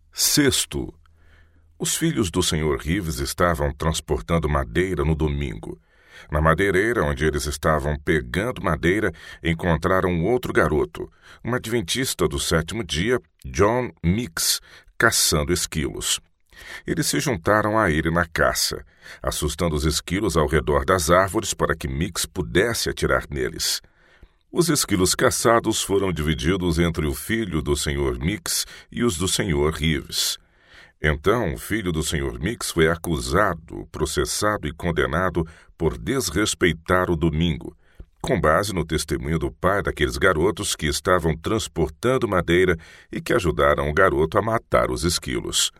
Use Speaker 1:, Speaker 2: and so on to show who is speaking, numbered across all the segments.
Speaker 1: Sexto, os filhos do Sr. Reeves estavam transportando madeira no domingo. Na madeireira onde eles estavam pegando madeira, encontraram outro garoto, um adventista do sétimo dia, John Mix, caçando esquilos. Eles se juntaram a ele na caça, assustando os esquilos ao redor das árvores para que Mix pudesse atirar neles. Os esquilos caçados foram divididos entre o filho do Sr. Mix e os do Sr. Reeves. Então, o filho do Sr. Mix foi acusado, processado e condenado por desrespeitar o domingo, com base no testemunho do pai daqueles garotos que estavam transportando madeira e que ajudaram o garoto a matar os esquilos.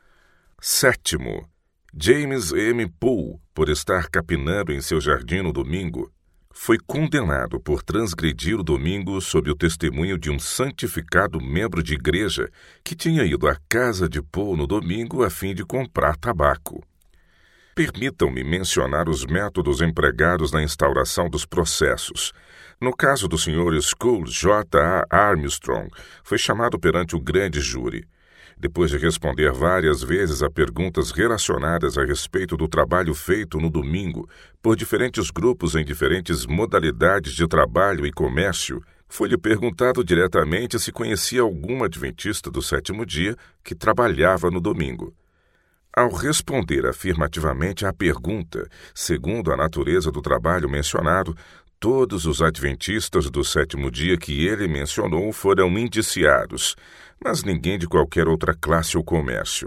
Speaker 1: Sétimo, James M. Poole, por estar capinando em seu jardim no domingo, foi condenado por transgredir o domingo sob o testemunho de um santificado membro de igreja que tinha ido à casa de Poole no domingo a fim de comprar tabaco. Permitam-me mencionar os métodos empregados na instauração dos processos. No caso do Sr. Scholes J. A. Armstrong, foi chamado perante o grande júri. Depois de responder várias vezes a perguntas relacionadas a respeito do trabalho feito no domingo por diferentes grupos em diferentes modalidades de trabalho e comércio, foi-lhe perguntado diretamente se conhecia algum adventista do sétimo dia que trabalhava no domingo. Ao responder afirmativamente à pergunta, segundo a natureza do trabalho mencionado, todos os adventistas do sétimo dia que ele mencionou foram indiciados, mas ninguém de qualquer outra classe ou comércio.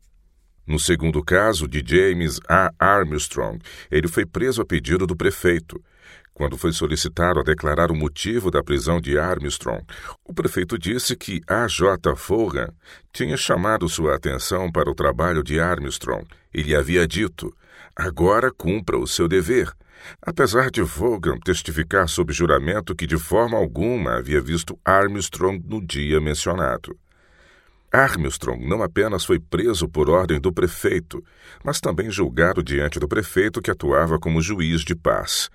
Speaker 1: No segundo caso, de James A. Armstrong, ele foi preso a pedido do prefeito. Quando foi solicitado a declarar o motivo da prisão de Armstrong, o prefeito disse que A. J. Vaughan tinha chamado sua atenção para o trabalho de Armstrong. Ele havia dito: agora cumpra o seu dever. Apesar de Vaughan testificar sob juramento que de forma alguma havia visto Armstrong no dia mencionado. Armstrong não apenas foi preso por ordem do prefeito, mas também julgado diante do prefeito que atuava como juiz de paz.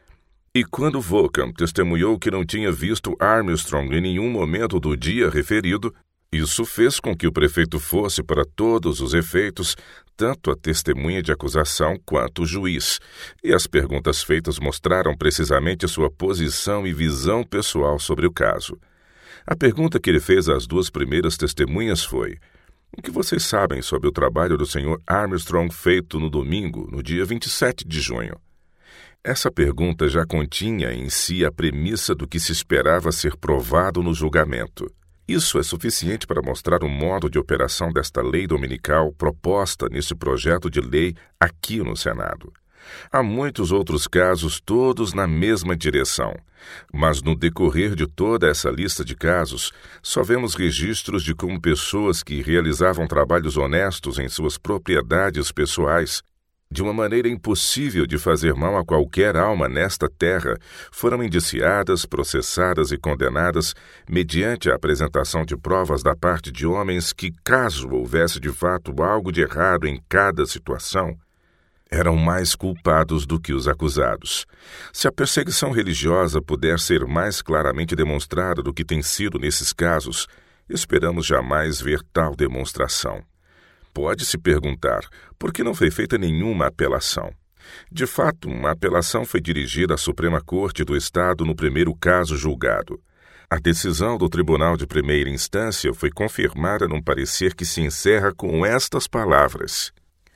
Speaker 1: E quando Vaughan testemunhou que não tinha visto Armstrong em nenhum momento do dia referido, isso fez com que o prefeito fosse, para todos os efeitos, tanto a testemunha de acusação quanto o juiz, e as perguntas feitas mostraram precisamente sua posição e visão pessoal sobre o caso. A pergunta que ele fez às duas primeiras testemunhas foi: o que vocês sabem sobre o trabalho do Sr. Armstrong feito no domingo, no dia 27 de junho? Essa pergunta já continha em si a premissa do que se esperava ser provado no julgamento. Isso é suficiente para mostrar o modo de operação desta lei dominical proposta nesse projeto de lei aqui no Senado. Há muitos outros casos, todos na mesma direção, mas no decorrer de toda essa lista de casos, só vemos registros de como pessoas que realizavam trabalhos honestos em suas propriedades pessoais, de uma maneira impossível de fazer mal a qualquer alma nesta terra, foram indiciadas, processadas e condenadas mediante a apresentação de provas da parte de homens que, caso houvesse de fato algo de errado em cada situação, eram mais culpados do que os acusados. Se a perseguição religiosa puder ser mais claramente demonstrada do que tem sido nesses casos, esperamos jamais ver tal demonstração. Pode-se perguntar por que não foi feita nenhuma apelação. De fato, uma apelação foi dirigida à Suprema Corte do Estado no primeiro caso julgado. A decisão do Tribunal de Primeira Instância foi confirmada num parecer que se encerra com estas palavras: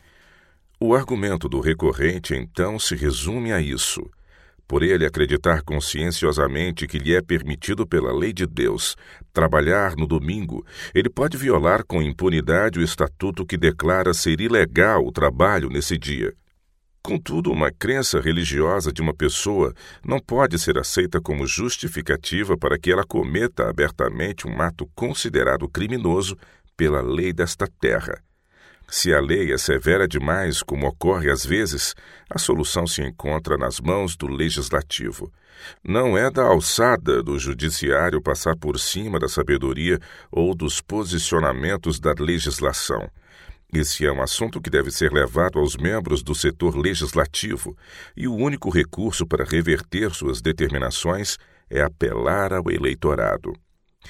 Speaker 1: o argumento do recorrente, então, se resume a isso. Por ele acreditar conscienciosamente que lhe é permitido pela lei de Deus trabalhar no domingo, ele pode violar com impunidade o estatuto que declara ser ilegal o trabalho nesse dia. Contudo, uma crença religiosa de uma pessoa não pode ser aceita como justificativa para que ela cometa abertamente um ato considerado criminoso pela lei desta terra. Se a lei é severa demais, como ocorre às vezes, a solução se encontra nas mãos do legislativo. Não é da alçada do judiciário passar por cima da sabedoria ou dos posicionamentos da legislação. Esse é um assunto que deve ser levado aos membros do setor legislativo, e o único recurso para reverter suas determinações é apelar ao eleitorado.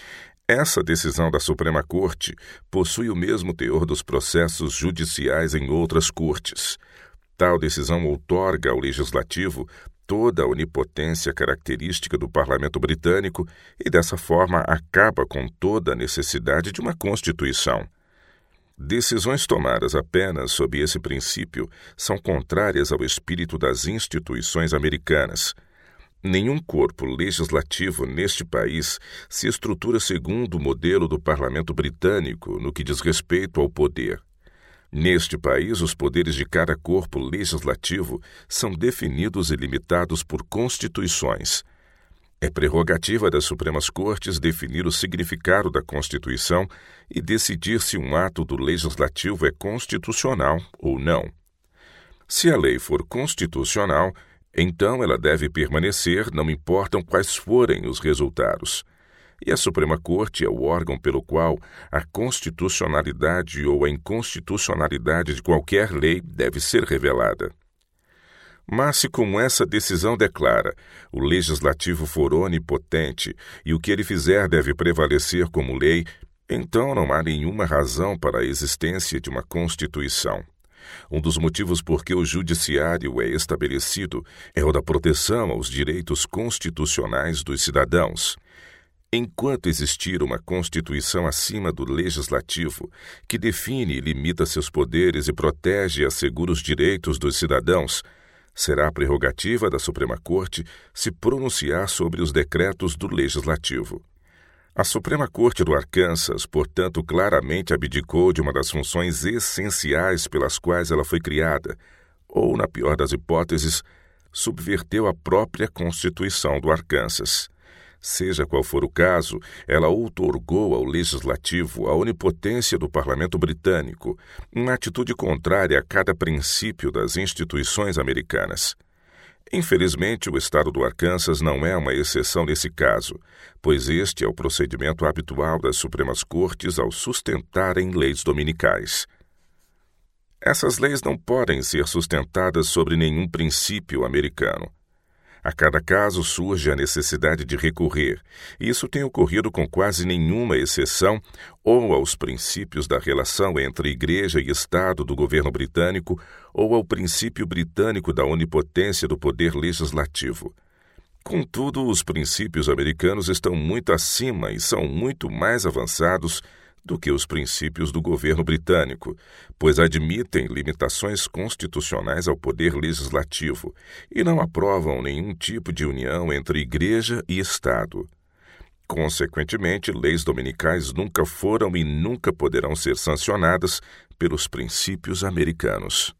Speaker 1: Essa decisão da Suprema Corte possui o mesmo teor dos processos judiciais em outras cortes. Tal decisão outorga ao Legislativo toda a onipotência característica do Parlamento britânico e, dessa forma, acaba com toda a necessidade de uma Constituição. Decisões tomadas apenas sob esse princípio são contrárias ao espírito das instituições americanas. Nenhum corpo legislativo neste país se estrutura segundo o modelo do Parlamento britânico no que diz respeito ao poder. Neste país, os poderes de cada corpo legislativo são definidos e limitados por constituições. É prerrogativa das Supremas Cortes definir o significado da Constituição e decidir se um ato do Legislativo é constitucional ou não. Se a lei for constitucional, então ela deve permanecer, não importam quais forem os resultados. E a Suprema Corte é o órgão pelo qual a constitucionalidade ou a inconstitucionalidade de qualquer lei deve ser revelada. Mas se, como essa decisão declara, o Legislativo for onipotente e o que ele fizer deve prevalecer como lei, então não há nenhuma razão para a existência de uma Constituição. Um dos motivos por que o judiciário é estabelecido é o da proteção aos direitos constitucionais dos cidadãos. Enquanto existir uma Constituição acima do Legislativo, que define e limita seus poderes e protege e assegura os direitos dos cidadãos, será a prerrogativa da Suprema Corte se pronunciar sobre os decretos do Legislativo. A Suprema Corte do Arkansas, portanto, claramente abdicou de uma das funções essenciais pelas quais ela foi criada, ou, na pior das hipóteses, subverteu a própria Constituição do Arkansas. Seja qual for o caso, ela outorgou ao Legislativo a onipotência do Parlamento britânico, uma atitude contrária a cada princípio das instituições americanas. Infelizmente, o estado do Arkansas não é uma exceção nesse caso, pois este é o procedimento habitual das Supremas Cortes ao sustentarem leis dominicais. Essas leis não podem ser sustentadas sobre nenhum princípio americano. A cada caso surge a necessidade de recorrer, e isso tem ocorrido com quase nenhuma exceção, ou aos princípios da relação entre Igreja e Estado do governo britânico, ou ao princípio britânico da onipotência do poder legislativo. Contudo, os princípios americanos estão muito acima e são muito mais avançados do que os princípios do governo britânico, pois admitem limitações constitucionais ao poder legislativo e não aprovam nenhum tipo de união entre Igreja e Estado. Consequentemente, leis dominicais nunca foram e nunca poderão ser sancionadas pelos princípios americanos.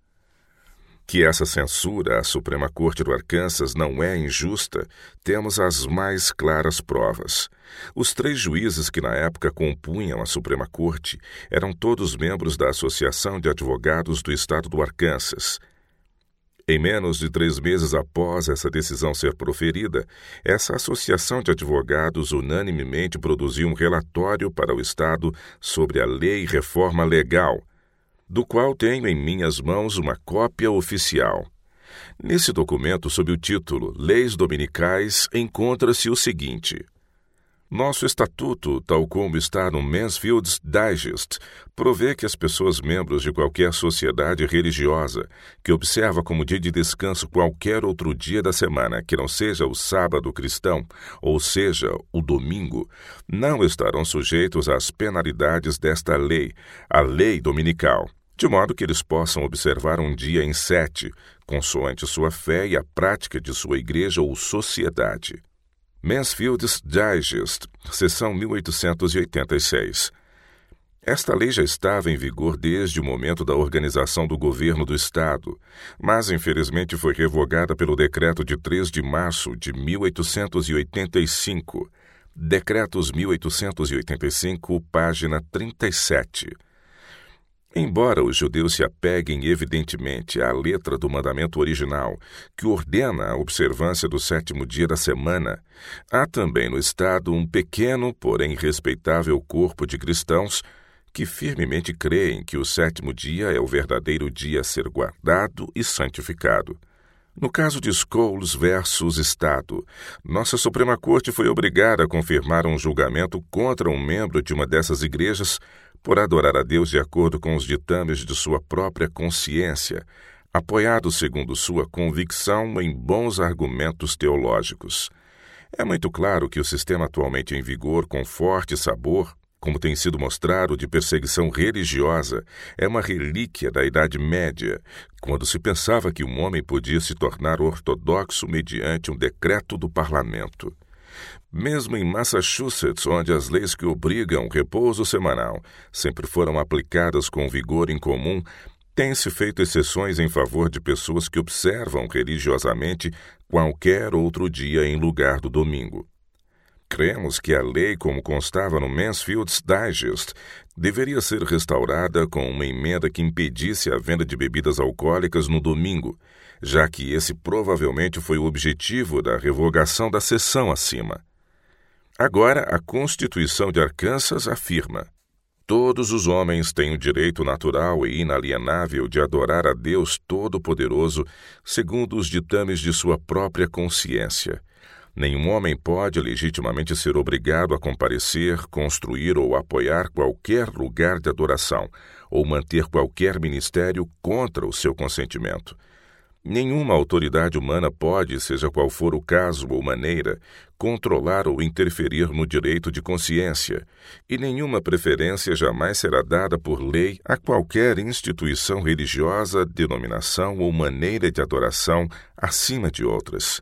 Speaker 1: Que essa censura à Suprema Corte do Arkansas não é injusta, temos as mais claras provas. Os 3 juízes que na época compunham a Suprema Corte eram todos membros da Associação de Advogados do Estado do Arkansas. Em menos de 3 meses após essa decisão ser proferida, essa associação de advogados unanimemente produziu um relatório para o Estado sobre a Lei Reforma Legal, do qual tenho em minhas mãos uma cópia oficial. Nesse documento, sob o título Leis Dominicais, encontra-se o seguinte: nosso estatuto, tal como está no Mansfield's Digest, provê que as pessoas membros de qualquer sociedade religiosa que observa como dia de descanso qualquer outro dia da semana que não seja o sábado cristão, ou seja, o domingo, não estarão sujeitos às penalidades desta lei, a lei dominical, de modo que eles possam observar um dia em 7, consoante sua fé e a prática de sua igreja ou sociedade. Mansfield's Digest, seção 1886. Esta lei já estava em vigor desde o momento da organização do governo do Estado, mas infelizmente foi revogada pelo decreto de 3 de março de 1885, Decretos 1885, página 37. Embora os judeus se apeguem evidentemente à letra do mandamento original, que ordena a observância do 7º dia da semana, há também no Estado um pequeno, porém respeitável corpo de cristãos que firmemente creem que o 7º dia é o verdadeiro dia a ser guardado e santificado. No caso de Scholes versus Estado, nossa Suprema Corte foi obrigada a confirmar um julgamento contra um membro de uma dessas igrejas por adorar a Deus de acordo com os ditames de sua própria consciência, apoiado segundo sua convicção em bons argumentos teológicos. É muito claro que o sistema atualmente em vigor, com forte sabor, como tem sido mostrado, de perseguição religiosa, é uma relíquia da Idade Média, quando se pensava que um homem podia se tornar ortodoxo mediante um decreto do parlamento. Mesmo em Massachusetts, onde as leis que obrigam repouso semanal sempre foram aplicadas com vigor incomum, tem-se feito exceções em favor de pessoas que observam religiosamente qualquer outro dia em lugar do domingo. Cremos que a lei, como constava no Mansfield's Digest, deveria ser restaurada com uma emenda que impedisse a venda de bebidas alcoólicas no domingo, já que esse provavelmente foi o objetivo da revogação da seção acima. Agora, a Constituição de Arkansas afirma: todos os homens têm o direito natural e inalienável de adorar a Deus Todo-Poderoso segundo os ditames de sua própria consciência. Nenhum homem pode legitimamente ser obrigado a comparecer, construir ou apoiar qualquer lugar de adoração ou manter qualquer ministério contra o seu consentimento. Nenhuma autoridade humana pode, seja qual for o caso ou maneira, controlar ou interferir no direito de consciência, e nenhuma preferência jamais será dada por lei a qualquer instituição religiosa, denominação ou maneira de adoração acima de outras.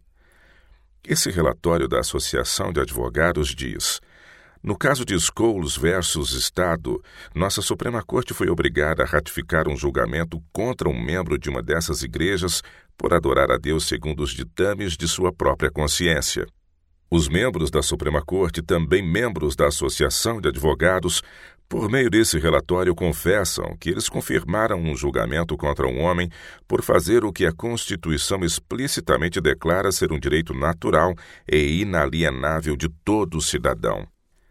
Speaker 1: Esse relatório da Associação de Advogados diz: no caso de Scholes versus Estado, nossa Suprema Corte foi obrigada a ratificar um julgamento contra um membro de uma dessas igrejas por adorar a Deus segundo os ditames de sua própria consciência. Os membros da Suprema Corte, também membros da Associação de Advogados, por meio desse relatório confessam que eles confirmaram um julgamento contra um homem por fazer o que a Constituição explicitamente declara ser um direito natural e inalienável de todo cidadão.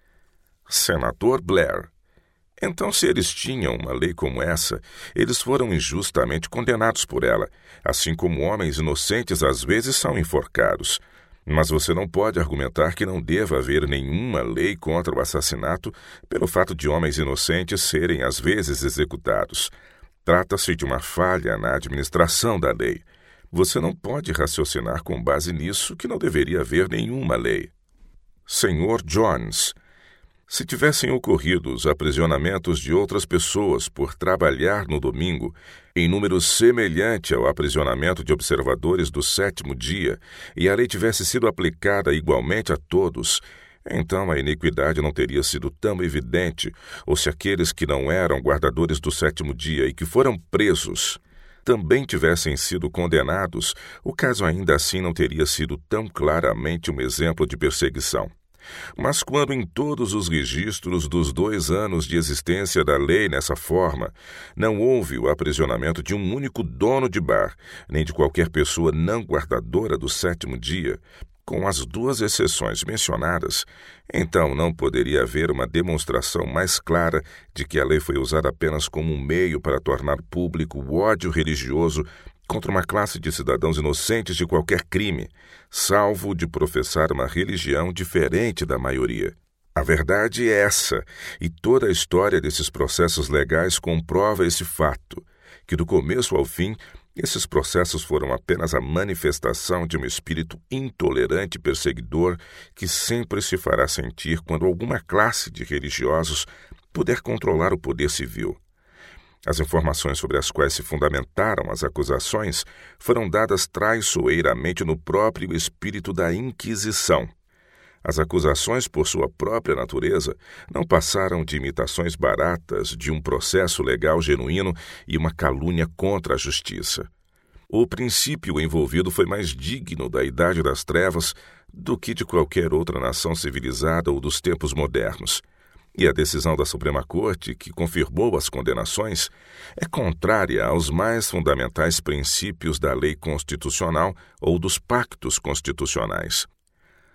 Speaker 1: Senador Blair: então, se eles tinham uma lei como essa, eles foram injustamente condenados por ela, assim como homens inocentes às vezes são enforcados. Mas você não pode argumentar que não deva haver nenhuma lei contra o assassinato pelo fato de homens inocentes serem às vezes executados. Trata-se de uma falha na administração da lei. Você não pode raciocinar com base nisso que não deveria haver nenhuma lei. Sr. Jones: se tivessem ocorrido os aprisionamentos de outras pessoas por trabalhar no domingo, em número semelhante ao aprisionamento de observadores do sétimo dia, e a lei tivesse sido aplicada igualmente a todos, então a iniquidade não teria sido tão evidente, ou se aqueles que não eram guardadores do sétimo dia e que foram presos também tivessem sido condenados, o caso ainda assim não teria sido tão claramente um exemplo de perseguição. Mas quando em todos os registros dos 2 anos de existência da lei nessa forma, não houve o aprisionamento de um único dono de bar, nem de qualquer pessoa não guardadora do sétimo dia, com as 2 exceções mencionadas, então não poderia haver uma demonstração mais clara de que a lei foi usada apenas como um meio para tornar público o ódio religioso contra uma classe de cidadãos inocentes de qualquer crime, salvo de professar uma religião diferente da maioria. A verdade é essa, e toda a história desses processos legais comprova esse fato, que do começo ao fim, esses processos foram apenas a manifestação de um espírito intolerante e perseguidor que sempre se fará sentir quando alguma classe de religiosos puder controlar o poder civil. As informações sobre as quais se fundamentaram as acusações foram dadas traiçoeiramente no próprio espírito da Inquisição. As acusações, por sua própria natureza, não passaram de imitações baratas de um processo legal genuíno e uma calúnia contra a justiça. O princípio envolvido foi mais digno da Idade das Trevas do que de qualquer outra nação civilizada ou dos tempos modernos. E a decisão da Suprema Corte, que confirmou as condenações, é contrária aos mais fundamentais princípios da lei constitucional ou dos pactos constitucionais.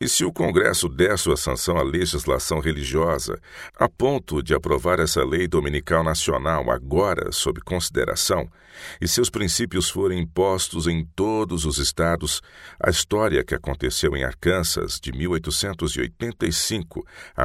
Speaker 1: E se o Congresso der sua sanção à legislação religiosa, a ponto de aprovar essa lei dominical nacional agora sob consideração, e seus princípios forem impostos em todos os estados, a história que aconteceu em Arkansas de 1885 a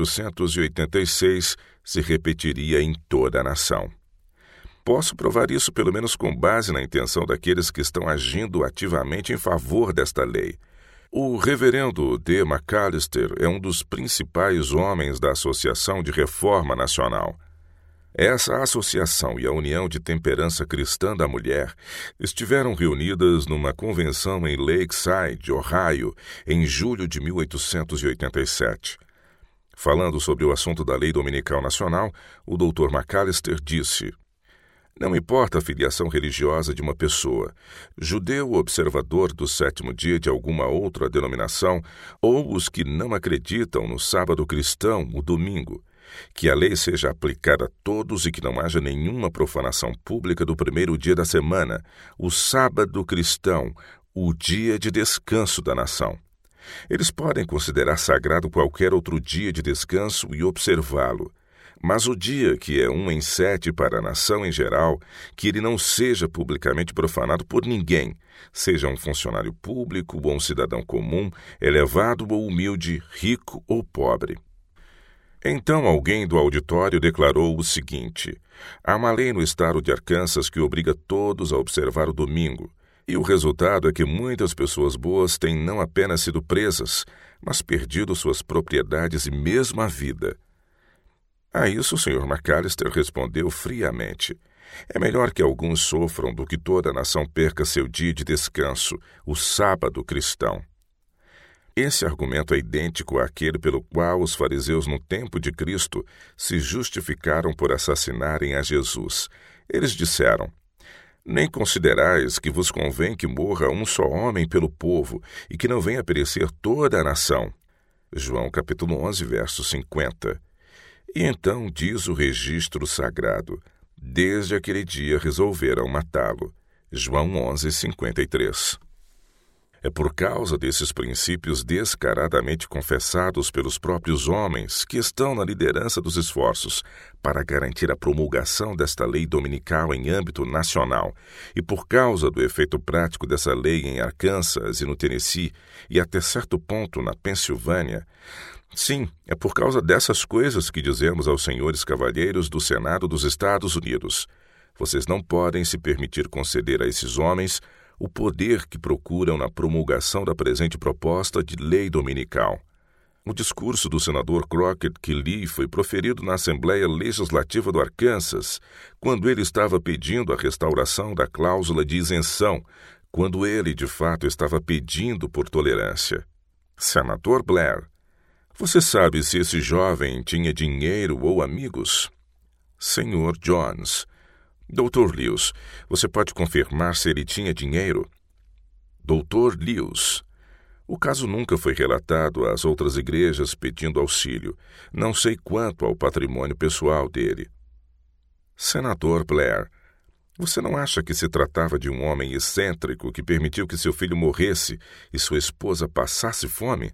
Speaker 1: 1886 se repetiria em toda a nação. Posso provar isso pelo menos com base na intenção daqueles que estão agindo ativamente em favor desta lei. O reverendo D. McAllister é um dos principais homens da Associação de Reforma Nacional. Essa associação e a União de Temperança Cristã da Mulher estiveram reunidas numa convenção em Lakeside, Ohio, em julho de 1887. Falando sobre o assunto da Lei Dominical Nacional, o Dr. McAllister disse: "Não importa a filiação religiosa de uma pessoa, judeu observador do sétimo dia de alguma outra denominação, ou os que não acreditam no sábado cristão, o domingo, que a lei seja aplicada a todos e que não haja nenhuma profanação pública do primeiro dia da semana, o sábado cristão, o dia de descanso da nação. Eles podem considerar sagrado qualquer outro dia de descanso e observá-lo. Mas o dia que é 1 em 7 para a nação em geral, que ele não seja publicamente profanado por ninguém, seja um funcionário público ou um cidadão comum, elevado ou humilde, rico ou pobre." Então alguém do auditório declarou o seguinte: "Há uma lei no estado de Arkansas que obriga todos a observar o domingo, e o resultado é que muitas pessoas boas têm não apenas sido presas, mas perdido suas propriedades e mesmo a vida." A isso o Sr. McAllister respondeu friamente: "É melhor que alguns sofram do que toda a nação perca seu dia de descanso, o sábado cristão." Esse argumento é idêntico àquele pelo qual os fariseus no tempo de Cristo se justificaram por assassinarem a Jesus. Eles disseram: "Nem considerais que vos convém que morra um só homem pelo povo e que não venha perecer toda a nação." João capítulo 11, verso 50. E então diz o registro sagrado: "Desde aquele dia resolveram matá-lo." João 11, 53. É por causa desses princípios descaradamente confessados pelos próprios homens que estão na liderança dos esforços para garantir a promulgação desta lei dominical em âmbito nacional, e por causa do efeito prático dessa lei em Arkansas e no Tennessee e até certo ponto na Pensilvânia. Sim, é por causa dessas coisas que dizemos aos senhores cavalheiros do Senado dos Estados Unidos: vocês não podem se permitir conceder a esses homens o poder que procuram na promulgação da presente proposta de lei dominical. O discurso do senador Crockett Lee foi proferido na Assembleia Legislativa do Arkansas, quando ele estava pedindo a restauração da cláusula de isenção, quando ele, de fato, estava pedindo por tolerância. Senador Blair: "Você sabe se esse jovem tinha dinheiro ou amigos?" Senhor Jones: "Dr. Lewis, você pode confirmar se ele tinha dinheiro?" Dr. Lewis: "O caso nunca foi relatado às outras igrejas pedindo auxílio. Não sei quanto ao patrimônio pessoal dele." Senador Blair: "Você não acha que se tratava de um homem excêntrico que permitiu que seu filho morresse e sua esposa passasse fome?"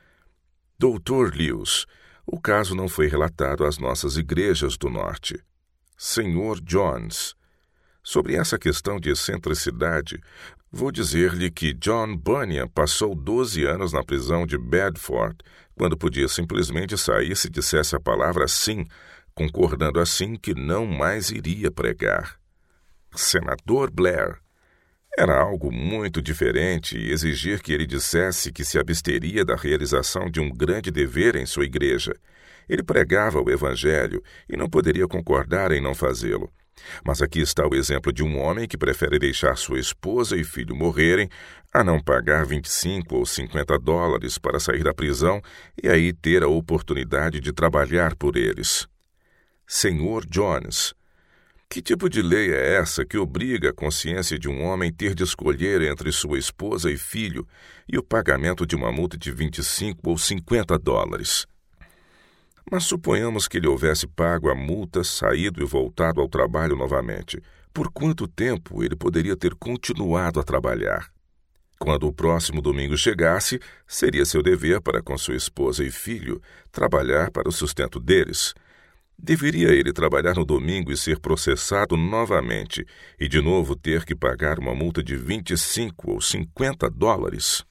Speaker 1: Dr. Lewis: "O caso não foi relatado às nossas igrejas do norte." Senhor Jones: "Sobre essa questão de excentricidade, vou dizer-lhe que John Bunyan passou 12 anos na prisão de Bedford, quando podia simplesmente sair se dissesse a palavra sim, concordando assim que não mais iria pregar." Senador Blair: "Era algo muito diferente exigir que ele dissesse que se absteria da realização de um grande dever em sua igreja. Ele pregava o Evangelho e não poderia concordar em não fazê-lo. Mas aqui está o exemplo de um homem que prefere deixar sua esposa e filho morrerem a não pagar 25 ou 50 dólares para sair da prisão e aí ter a oportunidade de trabalhar por eles." Senhor Jones: "Que tipo de lei é essa que obriga a consciência de um homem ter de escolher entre sua esposa e filho e o pagamento de uma multa de 25 ou 50 dólares? Mas suponhamos que ele houvesse pago a multa, saído e voltado ao trabalho novamente. Por quanto tempo ele poderia ter continuado a trabalhar?" Quando o próximo domingo chegasse, seria seu dever para com sua esposa e filho trabalhar para o sustento deles. Deveria ele trabalhar no domingo e ser processado novamente, e de novo ter que pagar uma multa de 25 ou 50 dólares?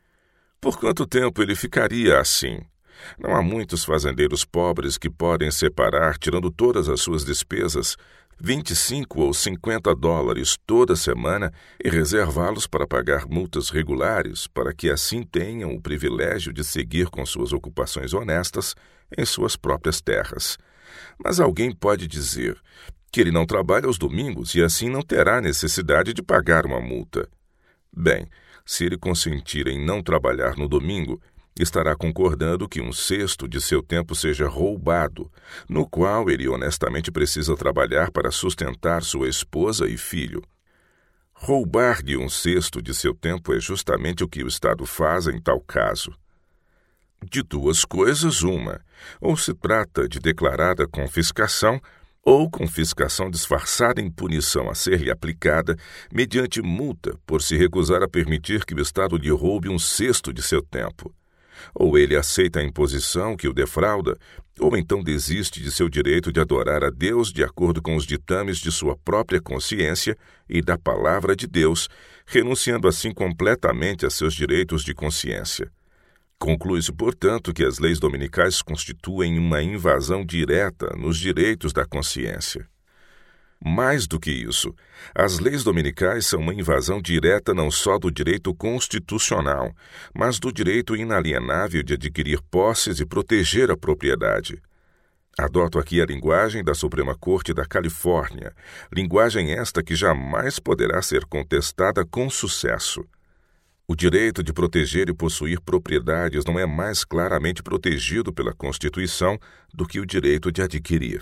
Speaker 1: Por quanto tempo ele ficaria assim? Não há muitos fazendeiros pobres que podem separar, tirando todas as suas despesas, 25 ou 50 dólares toda semana e reservá-los para pagar multas regulares, para que assim tenham o privilégio de seguir com suas ocupações honestas em suas próprias terras. Mas alguém pode dizer que ele não trabalha aos domingos e assim não terá necessidade de pagar uma multa. Bem, se ele consentir em não trabalhar no domingo, estará concordando que um sexto de seu tempo seja roubado, no qual ele honestamente precisa trabalhar para sustentar sua esposa e filho. Roubar-lhe um sexto de seu tempo é justamente o que o Estado faz em tal caso. De duas coisas, uma: ou se trata de declarada confiscação, ou confiscação disfarçada em punição a ser-lhe aplicada mediante multa por se recusar a permitir que o Estado lhe roube um sexto de seu tempo. Ou ele aceita a imposição que o defrauda, ou então desiste de seu direito de adorar a Deus de acordo com os ditames de sua própria consciência e da palavra de Deus, renunciando assim completamente a seus direitos de consciência. Conclui-se, portanto, que as leis dominicais constituem uma invasão direta nos direitos da consciência. Mais do que isso, as leis dominicais são uma invasão direta não só do direito constitucional, mas do direito inalienável de adquirir posses e proteger a propriedade. Adoto aqui a linguagem da Suprema Corte da Califórnia, linguagem esta que jamais poderá ser contestada com sucesso. O direito de proteger e possuir propriedades não é mais claramente protegido pela Constituição do que o direito de adquirir.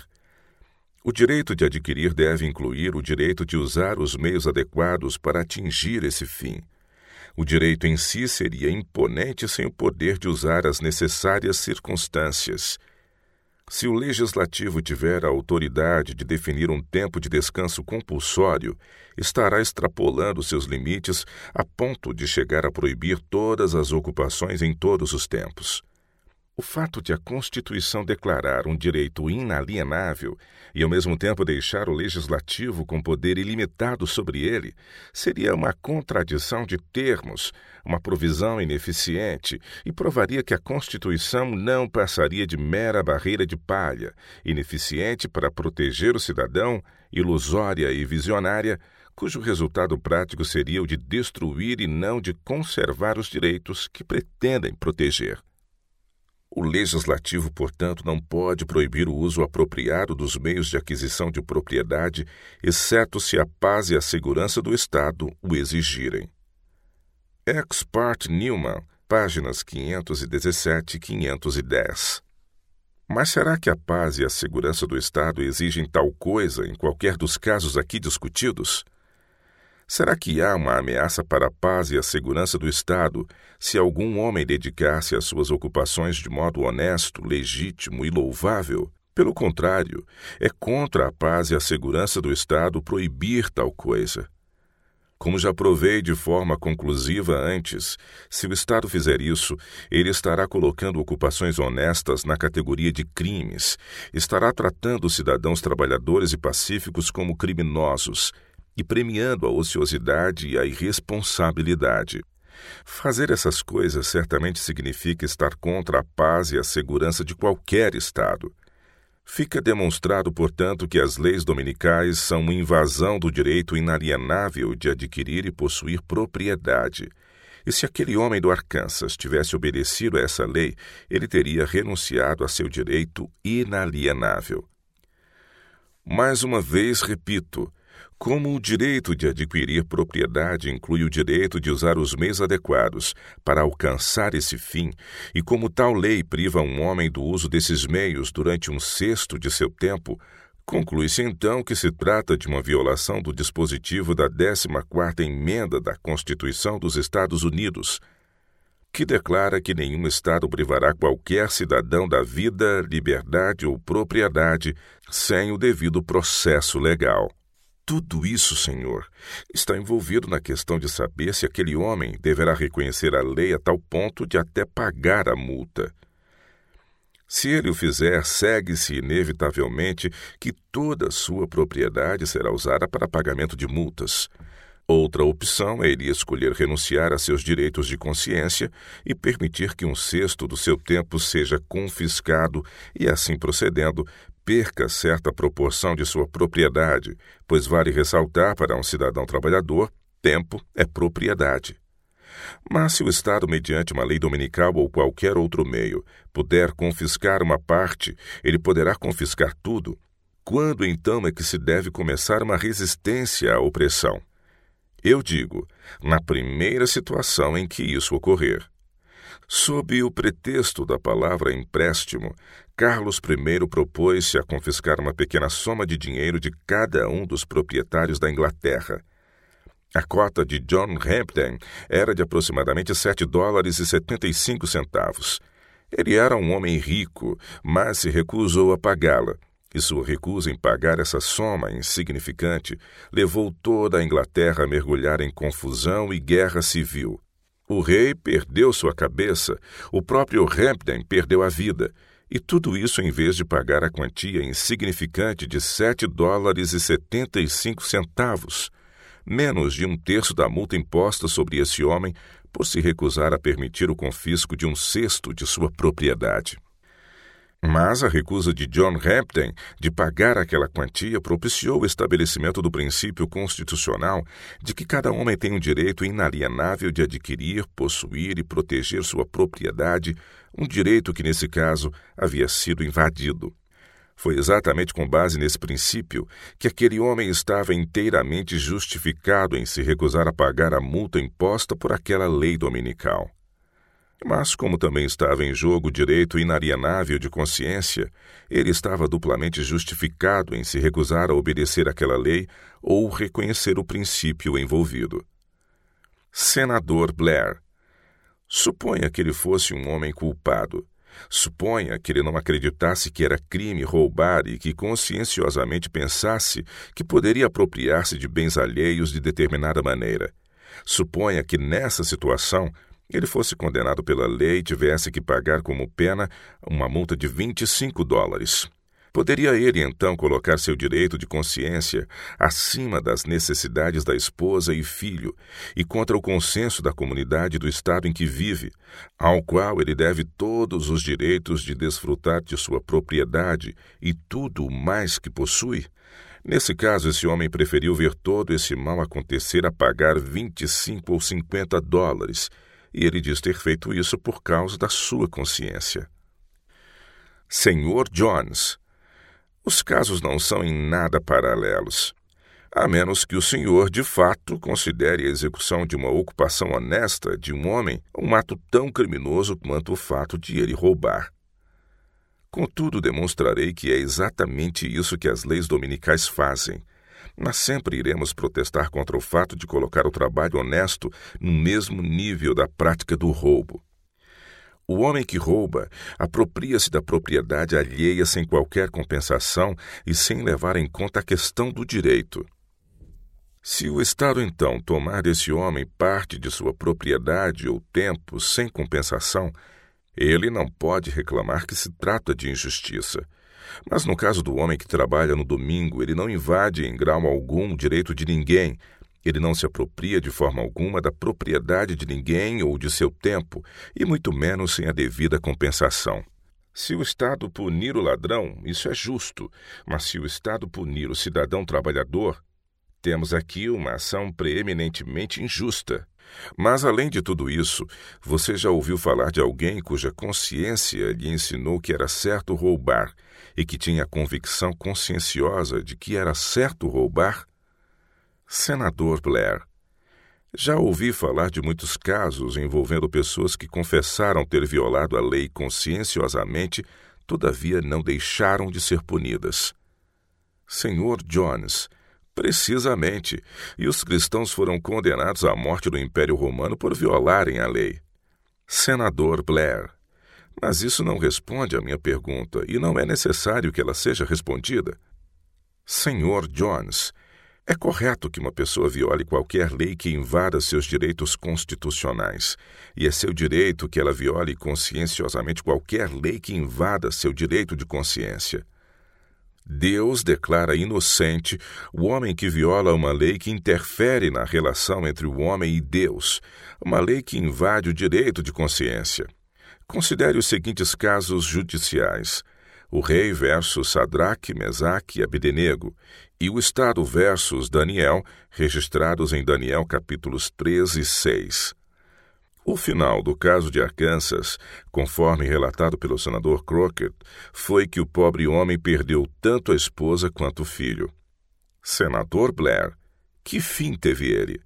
Speaker 1: O direito de adquirir deve incluir o direito de usar os meios adequados para atingir esse fim. O direito em si seria imponente sem o poder de usar as necessárias circunstâncias. Se o legislativo tiver a autoridade de definir um tempo de descanso compulsório, estará extrapolando seus limites a ponto de chegar a proibir todas as ocupações em todos os tempos. O fato de a Constituição declarar um direito inalienável e, ao mesmo tempo, deixar o legislativo com poder ilimitado sobre ele, seria uma contradição de termos, uma provisão ineficiente, e provaria que a Constituição não passaria de mera barreira de palha, ineficiente para proteger o cidadão, ilusória e visionária, cujo resultado prático seria o de destruir e não de conservar os direitos que pretendem proteger. O legislativo, portanto, não pode proibir o uso apropriado dos meios de aquisição de propriedade, exceto se a paz e a segurança do Estado o exigirem. Ex parte Newman, páginas 517 e 510. Mas será que a paz e a segurança do Estado exigem tal coisa em qualquer dos casos aqui discutidos? Será que há uma ameaça para a paz e a segurança do Estado se algum homem dedicar-se às suas ocupações de modo honesto, legítimo e louvável? Pelo contrário, é contra a paz e a segurança do Estado proibir tal coisa. Como já provei de forma conclusiva antes, se o Estado fizer isso, ele estará colocando ocupações honestas na categoria de crimes, estará tratando os cidadãos trabalhadores e pacíficos como criminosos, e premiando a ociosidade e a irresponsabilidade. Fazer essas coisas certamente significa estar contra a paz e a segurança de qualquer Estado. Fica demonstrado, portanto, que as leis dominicais são uma invasão do direito inalienável de adquirir e possuir propriedade. E se aquele homem do Arkansas tivesse obedecido a essa lei, ele teria renunciado a seu direito inalienável. Mais uma vez repito, como o direito de adquirir propriedade inclui o direito de usar os meios adequados para alcançar esse fim, e como tal lei priva um homem do uso desses meios durante um sexto de seu tempo, conclui-se então que se trata de uma violação do dispositivo da 14ª Emenda da Constituição dos Estados Unidos, que declara que nenhum Estado privará qualquer cidadão da vida, liberdade ou propriedade sem o devido processo legal. Tudo isso, Senhor, está envolvido na questão de saber se aquele homem deverá reconhecer a lei a tal ponto de até pagar a multa. Se ele o fizer, segue-se inevitavelmente que toda a sua propriedade será usada para pagamento de multas. Outra opção é ele escolher renunciar a seus direitos de consciência e permitir que 1/6 do seu tempo seja confiscado e, assim procedendo, perca certa proporção de sua propriedade, pois vale ressaltar para um cidadão trabalhador, tempo é propriedade. Mas se o Estado, mediante uma lei dominical ou qualquer outro meio, puder confiscar uma parte, ele poderá confiscar tudo. Quando então é que se deve começar uma resistência à opressão? Eu digo, na primeira situação em que isso ocorrer. Sob o pretexto da palavra empréstimo, Carlos I propôs-se a confiscar uma pequena soma de dinheiro de cada um dos proprietários da Inglaterra. A cota de John Hampden era de aproximadamente $7,75. Ele era um homem rico, mas se recusou a pagá-la, e sua recusa em pagar essa soma insignificante levou toda a Inglaterra a mergulhar em confusão e guerra civil. O rei perdeu sua cabeça, o próprio Hampden perdeu a vida, e tudo isso em vez de pagar a quantia insignificante de $7,75, menos de 1/3 da multa imposta sobre esse homem por se recusar a permitir o confisco de 1/6 de sua propriedade. Mas a recusa de John Hampden de pagar aquela quantia propiciou o estabelecimento do princípio constitucional de que cada homem tem um direito inalienável de adquirir, possuir e proteger sua propriedade, um direito que, nesse caso, havia sido invadido. Foi exatamente com base nesse princípio que aquele homem estava inteiramente justificado em se recusar a pagar a multa imposta por aquela lei dominical. Mas, como também estava em jogo o direito inalienável de consciência, ele estava duplamente justificado em se recusar a obedecer àquela lei ou reconhecer o princípio envolvido. Senador Blair. Suponha que ele fosse um homem culpado. Suponha que ele não acreditasse que era crime roubar e que conscienciosamente pensasse que poderia apropriar-se de bens alheios de determinada maneira. Suponha que, nessa situação, ele fosse condenado pela lei e tivesse que pagar como pena uma multa de $25. Poderia ele, então, colocar seu direito de consciência acima das necessidades da esposa e filho e contra o consenso da comunidade e do estado em que vive, ao qual ele deve todos os direitos de desfrutar de sua propriedade e tudo o mais que possui? Nesse caso, esse homem preferiu ver todo esse mal acontecer a pagar $25 ou $50, e ele diz ter feito isso por causa da sua consciência. Senhor Jones. Os casos não são em nada paralelos, a menos que o senhor, de fato, considere a execução de uma ocupação honesta de um homem um ato tão criminoso quanto o fato de ele roubar. Contudo, demonstrarei que é exatamente isso que as leis dominicais fazem, mas sempre iremos protestar contra o fato de colocar o trabalho honesto no mesmo nível da prática do roubo. O homem que rouba apropria-se da propriedade alheia sem qualquer compensação e sem levar em conta a questão do direito. Se o Estado, então, tomar desse homem parte de sua propriedade ou tempo sem compensação, ele não pode reclamar que se trata de injustiça. Mas no caso do homem que trabalha no domingo, ele não invade em grau algum o direito de ninguém. Ele não se apropria de forma alguma da propriedade de ninguém ou de seu tempo, e muito menos sem a devida compensação. Se o Estado punir o ladrão, isso é justo, mas se o Estado punir o cidadão trabalhador, temos aqui uma ação preeminentemente injusta. Mas, além de tudo isso, você já ouviu falar de alguém cuja consciência lhe ensinou que era certo roubar e que tinha a convicção conscienciosa de que era certo roubar? Senador Blair. Já ouvi falar de muitos casos envolvendo pessoas que confessaram ter violado a lei conscienciosamente, todavia não deixaram de ser punidas. Senhor Jones. Precisamente, e os cristãos foram condenados à morte no Império Romano por violarem a lei. Senador Blair. Mas isso não responde à minha pergunta, e não é necessário que ela seja respondida. Senhor Jones. É correto que uma pessoa viole qualquer lei que invada seus direitos constitucionais, e é seu direito que ela viole conscienciosamente qualquer lei que invada seu direito de consciência. Deus declara inocente o homem que viola uma lei que interfere na relação entre o homem e Deus, uma lei que invade o direito de consciência. Considere os seguintes casos judiciais: o rei versus Sadraque, Mesaque e Abdenego, e o Estado versus Daniel, registrados em Daniel capítulos 3 e 6. O final do caso de Arkansas, conforme relatado pelo senador Crockett, foi que o pobre homem perdeu tanto a esposa quanto o filho. Senador Blair, que fim teve ele?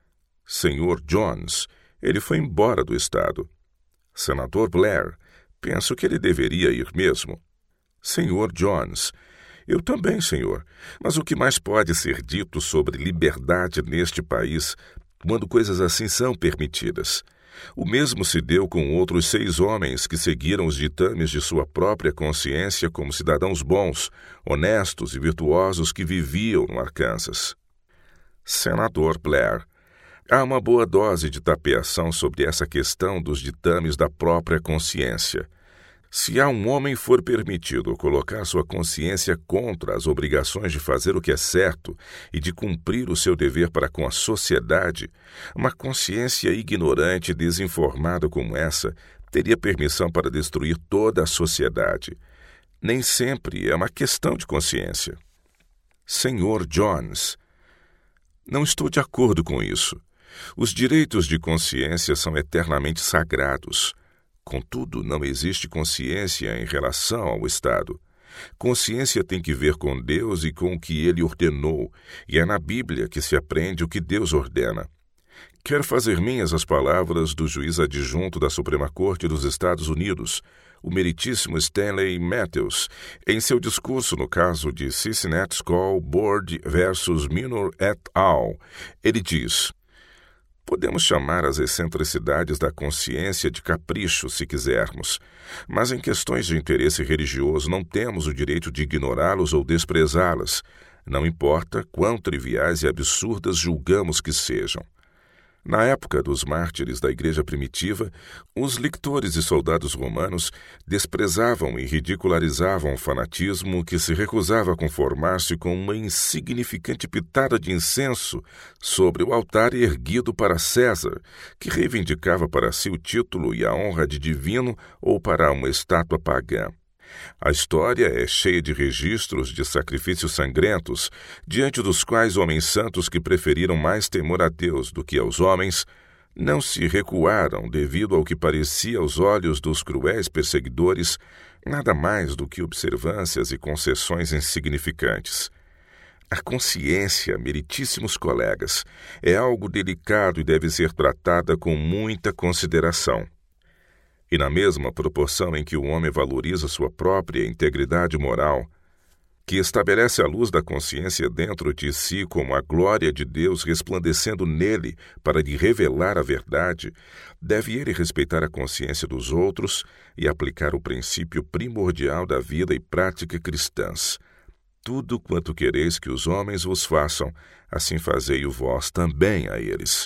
Speaker 1: Senhor Jones, ele foi embora do estado. Senador Blair, penso que ele deveria ir mesmo. Senhor Jones, eu também, senhor, mas o que mais pode ser dito sobre liberdade neste país quando coisas assim são permitidas? O mesmo se deu com outros 6 homens que seguiram os ditames de sua própria consciência como cidadãos bons, honestos e virtuosos que viviam no Arkansas. Senador Blair, há uma boa dose de tapeação sobre essa questão dos ditames da própria consciência. Se a um homem for permitido colocar sua consciência contra as obrigações de fazer o que é certo e de cumprir o seu dever para com a sociedade, uma consciência ignorante e desinformada como essa teria permissão para destruir toda a sociedade. Nem sempre é uma questão de consciência. Senhor Jones, não estou de acordo com isso. Os direitos de consciência são eternamente sagrados. Contudo, não existe consciência em relação ao Estado. Consciência tem que ver com Deus e com o que Ele ordenou, e é na Bíblia que se aprende o que Deus ordena. Quero fazer minhas as palavras do juiz adjunto da Suprema Corte dos Estados Unidos, o meritíssimo Stanley Matthews, em seu discurso no caso de Cincinnati School Board versus Minor et al. Ele diz: podemos chamar as excentricidades da consciência de capricho, se quisermos, mas em questões de interesse religioso não temos o direito de ignorá-los ou desprezá-las, não importa quão triviais e absurdas julgamos que sejam. Na época dos mártires da Igreja primitiva, os lictores e soldados romanos desprezavam e ridicularizavam o fanatismo que se recusava a conformar-se com uma insignificante pitada de incenso sobre o altar erguido para César, que reivindicava para si o título e a honra de divino ou para uma estátua pagã. A história é cheia de registros de sacrifícios sangrentos, diante dos quais homens santos que preferiram mais temor a Deus do que aos homens, não se recuaram devido ao que parecia aos olhos dos cruéis perseguidores nada mais do que observâncias e concessões insignificantes. A consciência, meritíssimos colegas, é algo delicado e deve ser tratada com muita consideração. E na mesma proporção em que o homem valoriza sua própria integridade moral, que estabelece a luz da consciência dentro de si como a glória de Deus resplandecendo nele para lhe revelar a verdade, deve ele respeitar a consciência dos outros e aplicar o princípio primordial da vida e prática cristãs. Tudo quanto quereis que os homens vos façam, assim fazei-o vós também a eles.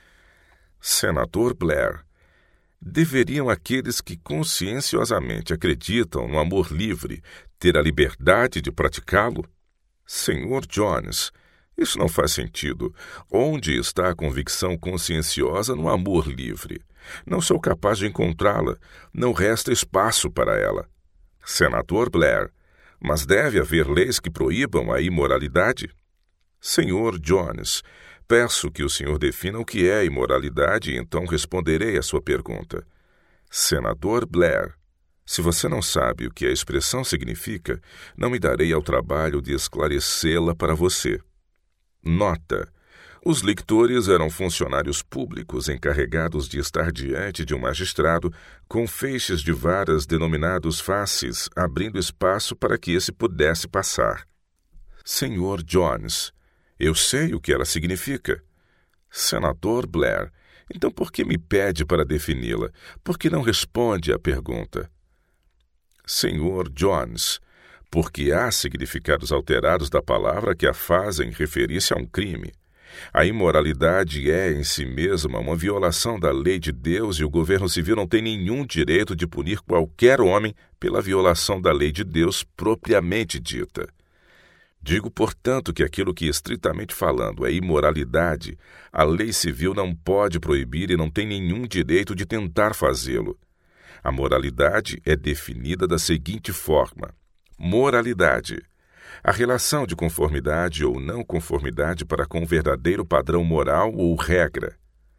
Speaker 1: Senador Blair, deveriam aqueles que conscienciosamente acreditam no amor livre ter a liberdade de praticá-lo? Senhor Jones, isso não faz sentido. Onde está a convicção conscienciosa no amor livre? Não sou capaz de encontrá-la. Não resta espaço para ela. Senador Blair, mas deve haver leis que proíbam a imoralidade? Senhor Jones, peço que o senhor defina o que é imoralidade e então responderei à sua pergunta. Senador Blair, se você não sabe o que a expressão significa, não me darei ao trabalho de esclarecê-la para você. Nota: os lictores eram funcionários públicos encarregados de estar diante de um magistrado com feixes de varas denominados faces, abrindo espaço para que esse pudesse passar. Senhor Jones, eu sei o que ela significa. Senador Blair, então por que me pede para defini-la? Por que não responde à pergunta? Senhor Jones, porque há significados alterados da palavra que a fazem referir-se a um crime. A imoralidade é, em si mesma, uma violação da lei de Deus e o governo civil não tem nenhum direito de punir qualquer homem pela violação da lei de Deus propriamente dita. Digo, portanto, que aquilo que, estritamente falando, é imoralidade, a lei civil não pode proibir e não tem nenhum direito de tentar fazê-lo. A moralidade é definida da seguinte forma: moralidade, a relação de conformidade ou não conformidade para com o verdadeiro padrão moral ou regra.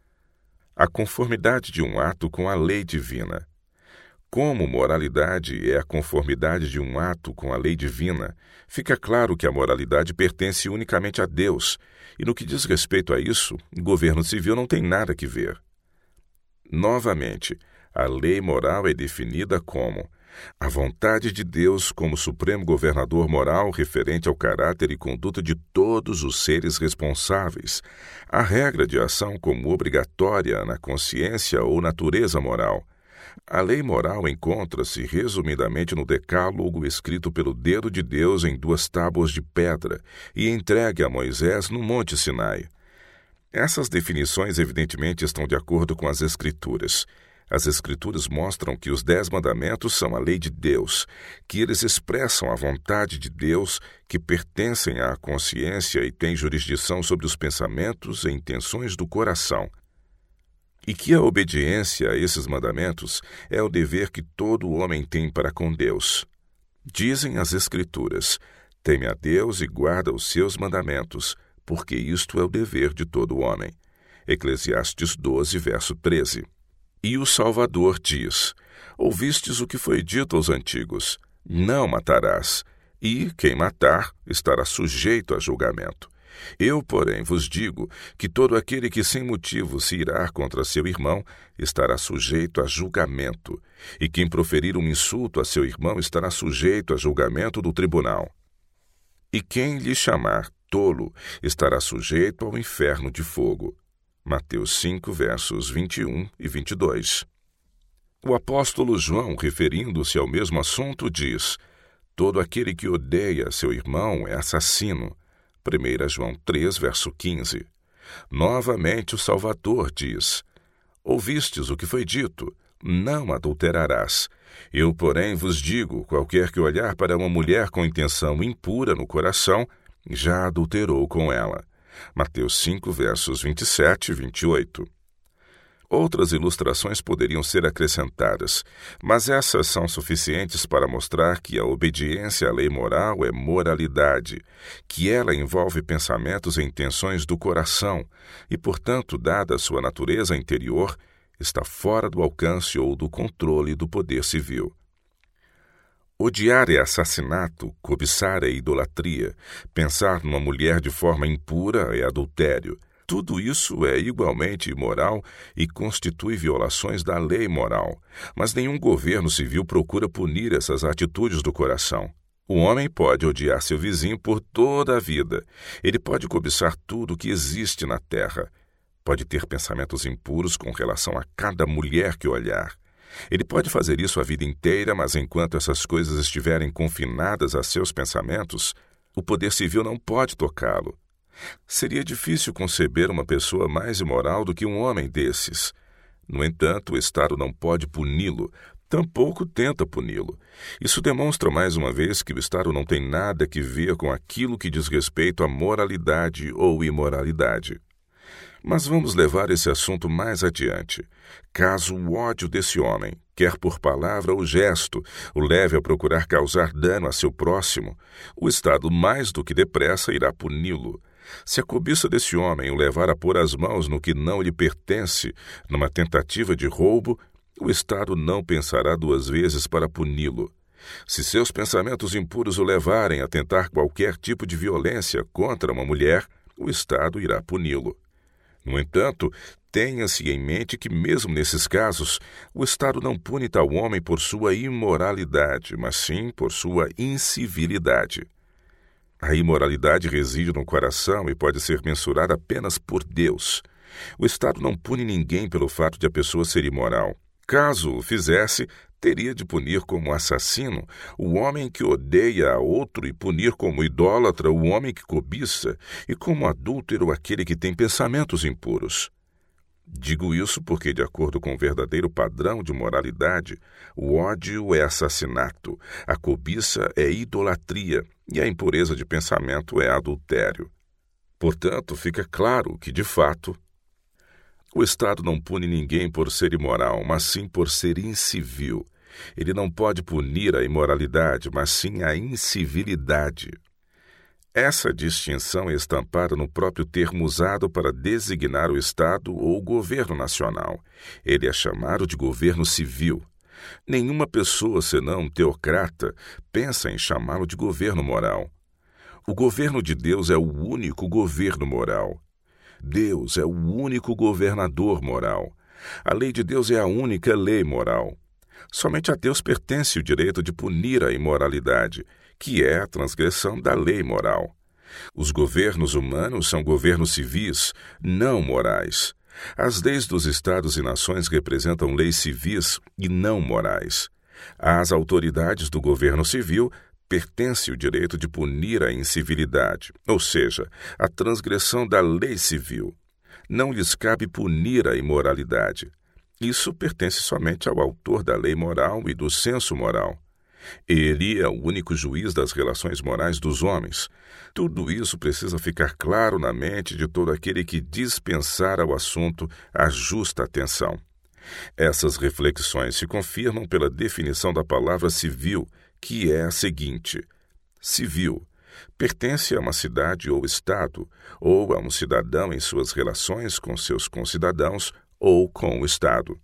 Speaker 1: A conformidade de um ato com a lei divina. Como moralidade é a conformidade de um ato com a lei divina, fica claro que a moralidade pertence unicamente a Deus, e no que diz respeito a isso, o governo civil não tem nada que ver. Novamente, a lei moral é definida como a vontade de Deus como supremo governador moral referente ao caráter e conduta de todos os seres responsáveis, a regra de ação como obrigatória na consciência ou natureza moral. A lei moral encontra-se resumidamente no Decálogo escrito pelo dedo de Deus em 2 tábuas de pedra e entregue a Moisés no Monte Sinai. Essas definições evidentemente estão de acordo com as Escrituras. As Escrituras mostram que os 10 mandamentos são a lei de Deus, que eles expressam a vontade de Deus, que pertencem à consciência e têm jurisdição sobre os pensamentos e intenções do coração. E que a obediência a esses mandamentos é o dever que todo homem tem para com Deus. Dizem as Escrituras: teme a Deus e guarda os seus mandamentos, porque isto é o dever de todo homem. Eclesiastes 12, verso 13. E o Salvador diz: ouvistes o que foi dito aos antigos: não matarás, e quem matar estará sujeito a julgamento. Eu, porém, vos digo que todo aquele que sem motivo se irá contra seu irmão estará sujeito a julgamento, e quem proferir um insulto a seu irmão estará sujeito a julgamento do tribunal. E quem lhe chamar tolo estará sujeito ao inferno de fogo. Mateus 5, versos 21 e 22. O apóstolo João, referindo-se ao mesmo assunto, diz: todo aquele que odeia seu irmão é assassino. 1 João 3, verso 15. Novamente o Salvador diz: ouvistes o que foi dito: não adulterarás. Eu, porém, vos digo, qualquer que olhar para uma mulher com intenção impura no coração, já adulterou com ela. Mateus 5, versos 27 e 28. Outras ilustrações poderiam ser acrescentadas, mas essas são suficientes para mostrar que a obediência à lei moral é moralidade, que ela envolve pensamentos e intenções do coração e, portanto, dada a sua natureza interior, está fora do alcance ou do controle do poder civil. Odiar é assassinato, cobiçar é idolatria, pensar numa mulher de forma impura é adultério. Tudo isso é igualmente imoral e constitui violações da lei moral, mas nenhum governo civil procura punir essas atitudes do coração. O homem pode odiar seu vizinho por toda a vida. Ele pode cobiçar tudo que existe na terra. Pode ter pensamentos impuros com relação a cada mulher que olhar. Ele pode fazer isso a vida inteira, mas enquanto essas coisas estiverem confinadas a seus pensamentos, o poder civil não pode tocá-lo. Seria difícil conceber uma pessoa mais imoral do que um homem desses. No entanto, o Estado não pode puni-lo, tampouco tenta puni-lo. Isso demonstra mais uma vez que o Estado não tem nada que ver com aquilo que diz respeito à moralidade ou imoralidade. Mas vamos levar esse assunto mais adiante. Caso o ódio desse homem, quer por palavra ou gesto, o leve a procurar causar dano a seu próximo, o Estado mais do que depressa irá puni-lo. Se a cobiça desse homem o levar a pôr as mãos no que não lhe pertence, numa tentativa de roubo, o Estado não pensará 2 vezes para puni-lo. Se seus pensamentos impuros o levarem a tentar qualquer tipo de violência contra uma mulher, o Estado irá puni-lo. No entanto, tenha-se em mente que, mesmo nesses casos, o Estado não pune tal homem por sua imoralidade, mas sim por sua incivilidade. A imoralidade reside no coração e pode ser mensurada apenas por Deus. O Estado não pune ninguém pelo fato de a pessoa ser imoral. Caso o fizesse, teria de punir como assassino o homem que odeia a outro e punir como idólatra o homem que cobiça e como adúltero aquele que tem pensamentos impuros. Digo isso porque, de acordo com o verdadeiro padrão de moralidade, o ódio é assassinato, a cobiça é idolatria e a impureza de pensamento é adultério. Portanto, fica claro que, de fato, o Estado não pune ninguém por ser imoral, mas sim por ser incivil. Ele não pode punir a imoralidade, mas sim a incivilidade. Essa distinção é estampada no próprio termo usado para designar o Estado ou o governo nacional. Ele é chamado de governo civil. Nenhuma pessoa, senão um teocrata, pensa em chamá-lo de governo moral. O governo de Deus é o único governo moral. Deus é o único governador moral. A lei de Deus é a única lei moral. Somente a Deus pertence o direito de punir a imoralidade, que é a transgressão da lei moral. Os governos humanos são governos civis, não morais. As leis dos estados e nações representam leis civis e não morais. Às autoridades do governo civil pertence o direito de punir a incivilidade, ou seja, a transgressão da lei civil. Não lhes cabe punir a imoralidade. Isso pertence somente ao autor da lei moral e do senso moral. Ele é o único juiz das relações morais dos homens. Tudo isso precisa ficar claro na mente de todo aquele que dispensar ao assunto a justa atenção. Essas reflexões se confirmam pela definição da palavra civil, que é a seguinte: civil pertence a uma cidade ou estado, ou a um cidadão em suas relações com seus concidadãos ou com o Estado.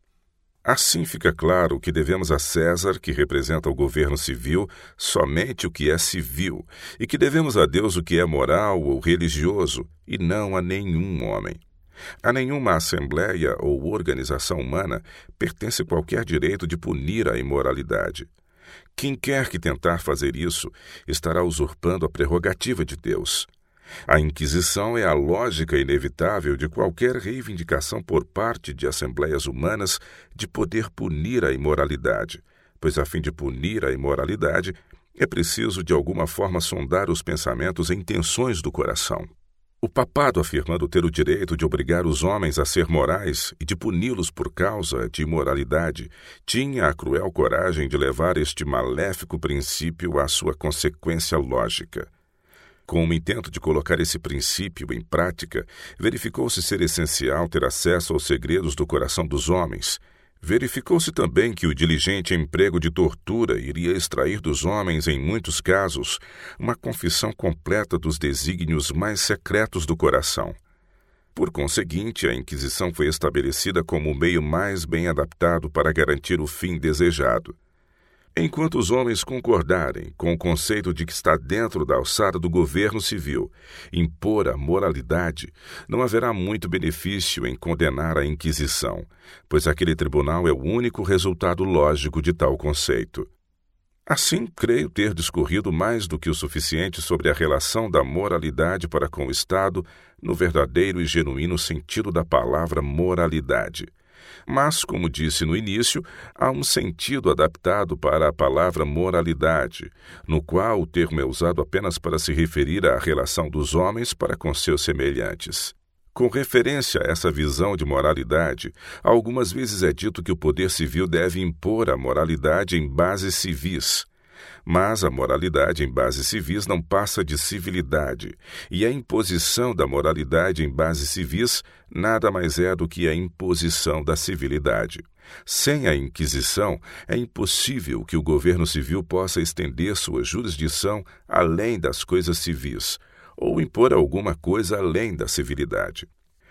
Speaker 1: Assim fica claro que devemos a César, que representa o governo civil, somente o que é civil, e que devemos a Deus o que é moral ou religioso, e não a nenhum homem. A nenhuma assembleia ou organização humana pertence qualquer direito de punir a imoralidade. Quem quer que tentar fazer isso estará usurpando a prerrogativa de Deus. A Inquisição é a lógica inevitável de qualquer reivindicação por parte de assembleias humanas de poder punir a imoralidade, pois a fim de punir a imoralidade é preciso de alguma forma sondar os pensamentos e intenções do coração. O papado, afirmando ter o direito de obrigar os homens a ser morais e de puni-los por causa de imoralidade, tinha a cruel coragem de levar este maléfico princípio à sua consequência lógica. Com o intento de colocar esse princípio em prática, verificou-se ser essencial ter acesso aos segredos do coração dos homens. Verificou-se também que o diligente emprego de tortura iria extrair dos homens, em muitos casos, uma confissão completa dos desígnios mais secretos do coração. Por conseguinte, a Inquisição foi estabelecida como o meio mais bem adaptado para garantir o fim desejado. Enquanto os homens concordarem com o conceito de que está dentro da alçada do governo civil impor a moralidade, não haverá muito benefício em condenar a Inquisição, pois aquele tribunal é o único resultado lógico de tal conceito. Assim, creio ter discorrido mais do que o suficiente sobre a relação da moralidade para com o Estado no verdadeiro e genuíno sentido da palavra moralidade. Mas, como disse no início, há um sentido adaptado para a palavra moralidade, no qual o termo é usado apenas para se referir à relação dos homens para com seus semelhantes. Com referência a essa visão de moralidade, algumas vezes é dito que o poder civil deve impor a moralidade em bases civis. Mas a moralidade em bases civis não passa de civilidade, e a imposição da moralidade em bases civis nada mais é do que a imposição da civilidade. Sem a Inquisição, é impossível que o governo civil possa estender sua jurisdição além das coisas civis, ou impor alguma coisa além da civilidade.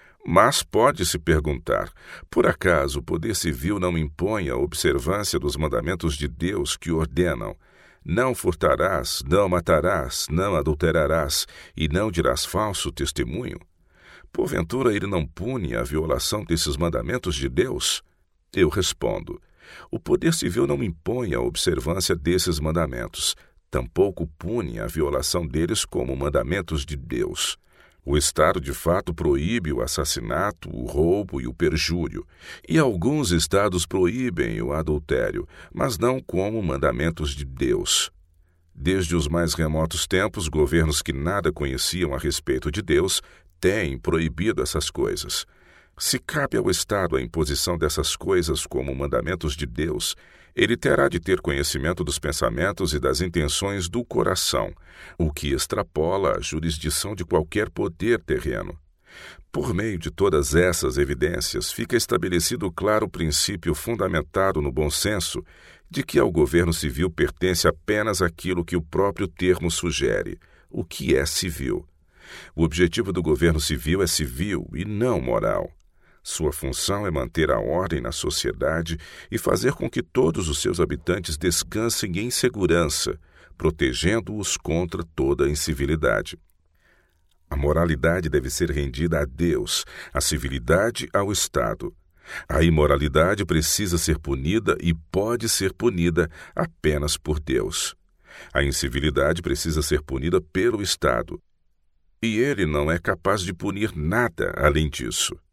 Speaker 1: Mas pode-se perguntar, por acaso o poder civil não impõe a observância dos mandamentos de Deus que ordenam: não furtarás, não matarás, não adulterarás e não dirás falso testemunho? Porventura ele não pune a violação desses mandamentos de Deus? Eu respondo: o poder civil não impõe a observância desses mandamentos, tampouco pune a violação deles como mandamentos de Deus. O Estado, de fato, proíbe o assassinato, o roubo e o perjúrio, e alguns estados proíbem o adultério, mas não como mandamentos de Deus. Desde os mais remotos tempos, governos que nada conheciam a respeito de Deus têm proibido essas coisas. Se cabe ao Estado a imposição dessas coisas como mandamentos de Deus, ele terá de ter conhecimento dos pensamentos e das intenções do coração, o que extrapola a jurisdição de qualquer poder terreno. Por meio de todas essas evidências, fica estabelecido o claro princípio fundamentado no bom senso de que ao governo civil pertence apenas aquilo que o próprio termo sugere, o que é civil. O objetivo do governo civil é civil e não moral. Sua função é manter a ordem na sociedade e fazer com que todos os seus habitantes descansem em segurança, protegendo-os contra toda incivilidade. A moralidade deve ser rendida a Deus, a civilidade ao Estado. A imoralidade precisa ser punida e pode ser punida apenas por Deus. A incivilidade precisa ser punida pelo Estado. E ele não é capaz de punir nada além disso.